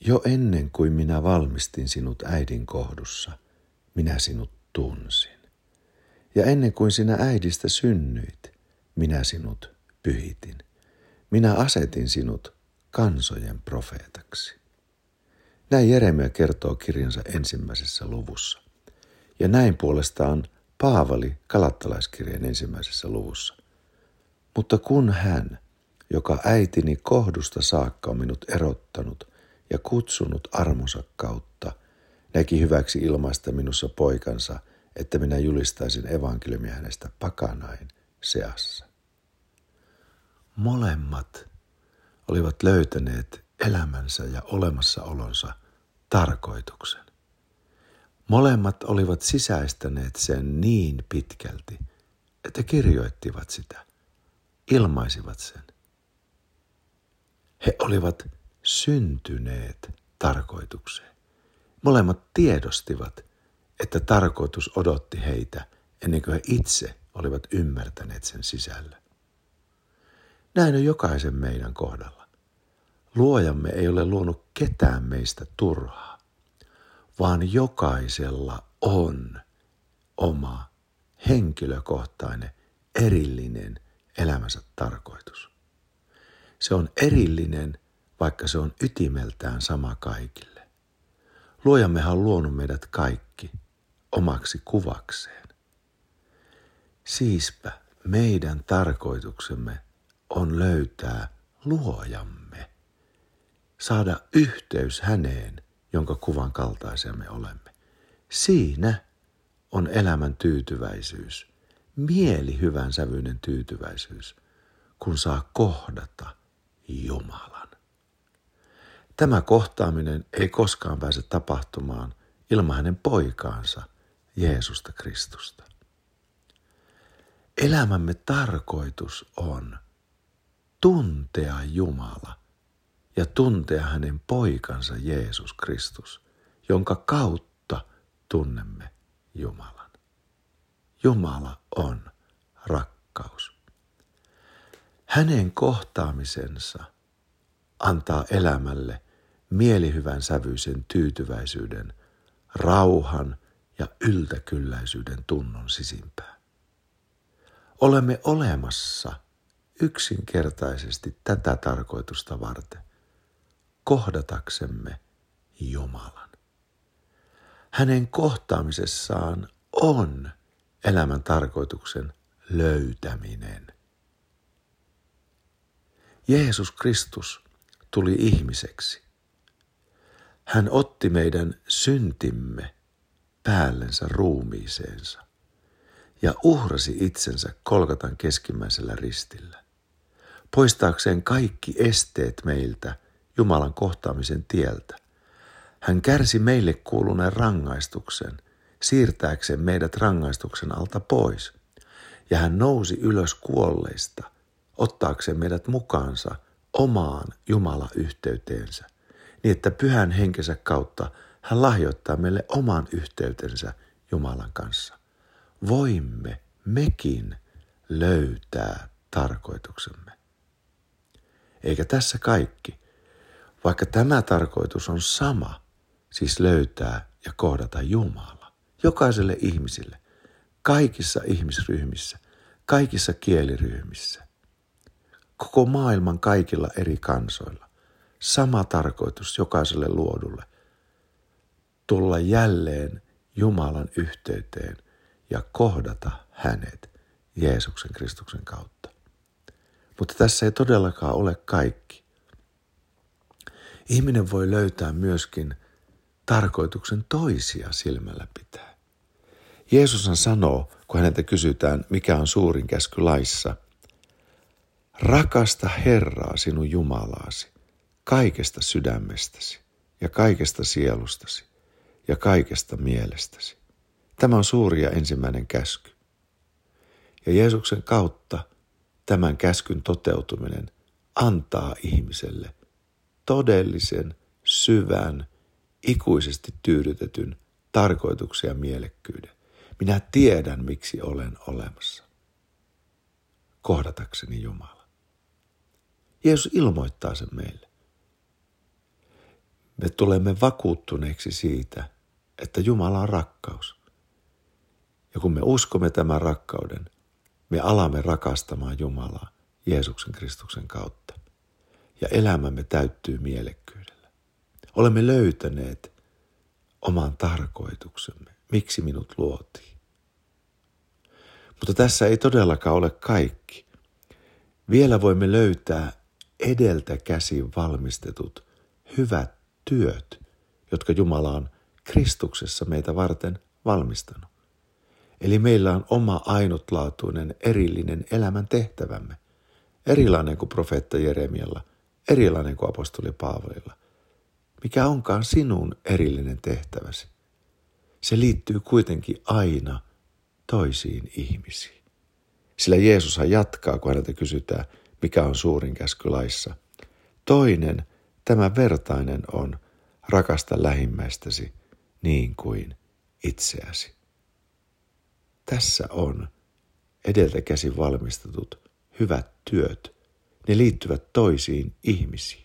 Jo ennen kuin minä valmistin sinut äidin kohdussa, minä sinut tunsin. Ja ennen kuin sinä äidistä synnyit, minä sinut pyhitin. Minä asetin sinut kansojen profeetaksi. Näin Jeremia kertoo kirjansa 1. luvussa. Ja näin puolestaan Paavali Galattalaiskirjeen 1. luvussa. Mutta kun hän, joka äitini kohdusta saakka on minut erottanut ja kutsunut armonsa kautta, näki hyväksi ilmaista minussa poikansa, että minä julistaisin evankeliumia hänestä pakanain seassa. Molemmat olivat löytäneet elämänsä ja olemassaolonsa tarkoituksen. Molemmat olivat sisäistäneet sen niin pitkälti, että kirjoittivat sitä, ilmaisivat sen. He olivat syntyneet tarkoitukseen. Molemmat tiedostivat, että tarkoitus odotti heitä ennen kuin he itse olivat ymmärtäneet sen sisällön. Näin on jokaisen meidän kohdalla. Luojamme ei ole luonut ketään meistä turhaa, vaan jokaisella on oma henkilökohtainen, erillinen elämänsä tarkoitus. Se on erillinen, vaikka se on ytimeltään sama kaikille. Luojammehan on luonut meidät kaikki omaksi kuvakseen. Siispä meidän tarkoituksemme on löytää luojamme, saada yhteys häneen, jonka kuvan kaltaisia me olemme. Siinä on elämän tyytyväisyys, mielihyvän sävyinen tyytyväisyys, kun saa kohdata Jumalan. Tämä kohtaaminen ei koskaan pääse tapahtumaan ilman hänen poikaansa, Jeesusta Kristusta. Elämämme tarkoitus on tuntea Jumala ja tuntea hänen poikansa Jeesus Kristus, jonka kautta tunnemme Jumalan. Jumala on rakkaus. Hänen kohtaamisensa antaa elämälle mielihyvän sävyisen tyytyväisyyden, rauhan ja yltäkylläisyyden tunnon sisimpään. Olemme olemassa yksinkertaisesti tätä tarkoitusta varten, kohdataksemme Jumalan. Hänen kohtaamisessaan on elämän tarkoituksen löytäminen. Jeesus Kristus tuli ihmiseksi. Hän otti meidän syntimme päällensä ruumiiseensa ja uhrasi itsensä Golgatan keskimmäisellä ristillä, poistaakseen kaikki esteet meiltä Jumalan kohtaamisen tieltä. Hän kärsi meille kuuluneen rangaistuksen, siirtääkseen meidät rangaistuksen alta pois, ja hän nousi ylös kuolleista, ottaakseen meidät mukaansa omaan Jumala-yhteyteensä, niin että pyhän henkensä kautta hän lahjoittaa meille oman yhteytensä Jumalan kanssa. Voimme mekin löytää tarkoituksemme. Eikä tässä kaikki, vaikka tämä tarkoitus on sama, siis löytää ja kohdata Jumala. Jokaiselle ihmisille, kaikissa ihmisryhmissä, kaikissa kieliryhmissä, koko maailman kaikilla eri kansoilla. Sama tarkoitus jokaiselle luodulle. Tulla jälleen Jumalan yhteyteen ja kohdata hänet Jeesuksen Kristuksen kautta. Mutta tässä ei todellakaan ole kaikki. Ihminen voi löytää myöskin tarkoituksen toisia silmällä pitää. Jeesushan sanoo, kun häneltä kysytään, mikä on suurin käsky laissa, rakasta Herraa sinun Jumalaasi kaikesta sydämestäsi ja kaikesta sielustasi ja kaikesta mielestäsi. Tämä on suuri ja ensimmäinen käsky. Ja Jeesuksen kautta tämän käskyn toteutuminen antaa ihmiselle todellisen, syvän, ikuisesti tyydytetyn tarkoituksen ja mielekkyyden. Minä tiedän, miksi olen olemassa. Kohdatakseni Jumala. Jeesus ilmoittaa sen meille. me tulemme vakuuttuneeksi siitä, että Jumala on rakkaus. Ja kun me uskomme tämän rakkauden, me alamme rakastamaan Jumalaa Jeesuksen Kristuksen kautta. Ja elämämme täyttyy mielekkyydellä. Olemme löytäneet oman tarkoituksemme, miksi minut luotiin. Mutta tässä ei todellakaan ole kaikki. Vielä voimme löytää edeltä käsin valmistetut hyvät työt, jotka Jumala on Kristuksessa meitä varten valmistanut. Eli meillä on oma ainutlaatuinen erillinen elämän tehtävämme. Erilainen kuin profeetta Jeremialla, erilainen kuin apostoli Paavalilla. Mikä onkaan sinun erillinen tehtäväsi? Se liittyy kuitenkin aina toisiin ihmisiin. Sillä Jeesushan jatkaa, kun häneltä kysytään, mikä on suurin käsky laissa. Toinen, tämä vertainen on, rakasta lähimmäistäsi niin kuin itseäsi. Tässä on edeltä käsin valmistetut hyvät työt. Ne liittyvät toisiin ihmisiin.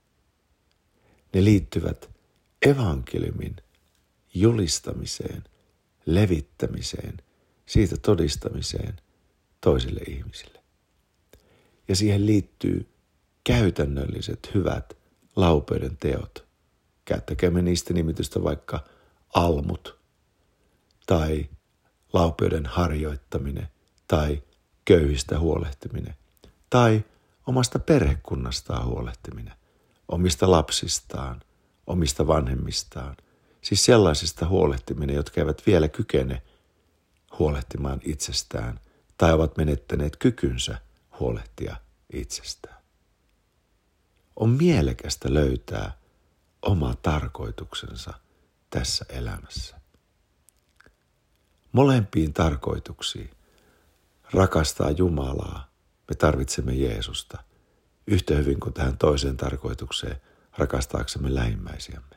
Ne liittyvät evankeliumin julistamiseen, levittämiseen, siitä todistamiseen toisille ihmisille. Ja siihen liittyy käytännölliset hyvät laupeuden teot. Käyttäkäämme niistä nimitystä vaikka almut tai laupeuden harjoittaminen tai köyhistä huolehtiminen tai omasta perhekunnastaan huolehtiminen, omista lapsistaan, omista vanhemmistaan, siis sellaisista huolehtiminen, jotka eivät vielä kykene huolehtimaan itsestään tai ovat menettäneet kykynsä huolehtia itsestään. On mielekästä löytää oma tarkoituksensa tässä elämässä. Molempiin tarkoituksiin, rakastaa Jumalaa, me tarvitsemme Jeesusta, yhtä hyvin kuin tähän toiseen tarkoitukseen, rakastaaksemme lähimmäisiämme.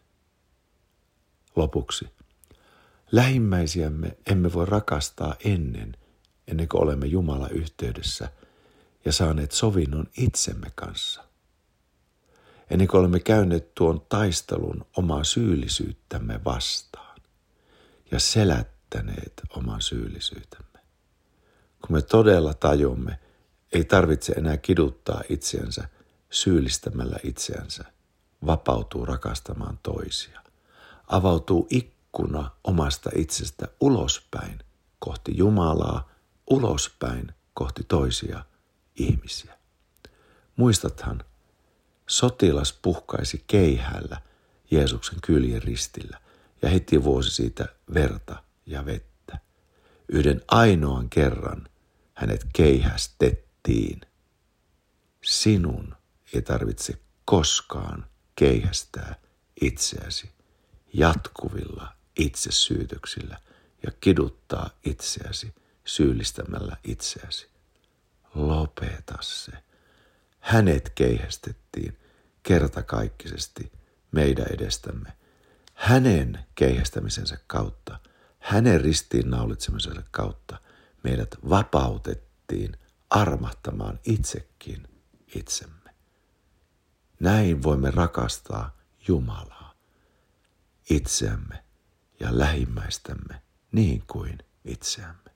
Lopuksi, lähimmäisiämme emme voi rakastaa ennen kuin olemme Jumalan yhteydessä ja saaneet sovinnon itsemme kanssa. Ennen kuin olemme käyneet tuon taistelun omaa syyllisyyttämme vastaan ja selättäneet oman syyllisyytemme. Kun me todella tajumme, ei tarvitse enää kiduttaa itseänsä syyllistämällä itseänsä, vapautuu rakastamaan toisia. Avautuu ikkuna omasta itsestä ulospäin kohti Jumalaa, ulospäin kohti toisia ihmisiä. Muistathan, sotilas puhkaisi keihäällä Jeesuksen kyljen ristillä ja heti vuosi siitä verta ja vettä. Yhden ainoan kerran hänet keihästettiin. Sinun ei tarvitse koskaan keihästää itseäsi jatkuvilla itsesyytöksillä ja kiduttaa itseäsi syyllistämällä itseäsi. Lopeta se. Hänet keihästettiin kertakaikkisesti meidän edestämme. Hänen keihästämisensä kautta, hänen ristiinnaulitsemisensa kautta meidät vapautettiin armahtamaan itsekin itsemme. Näin voimme rakastaa Jumalaa, itseämme ja lähimmäistämme niin kuin itseämme.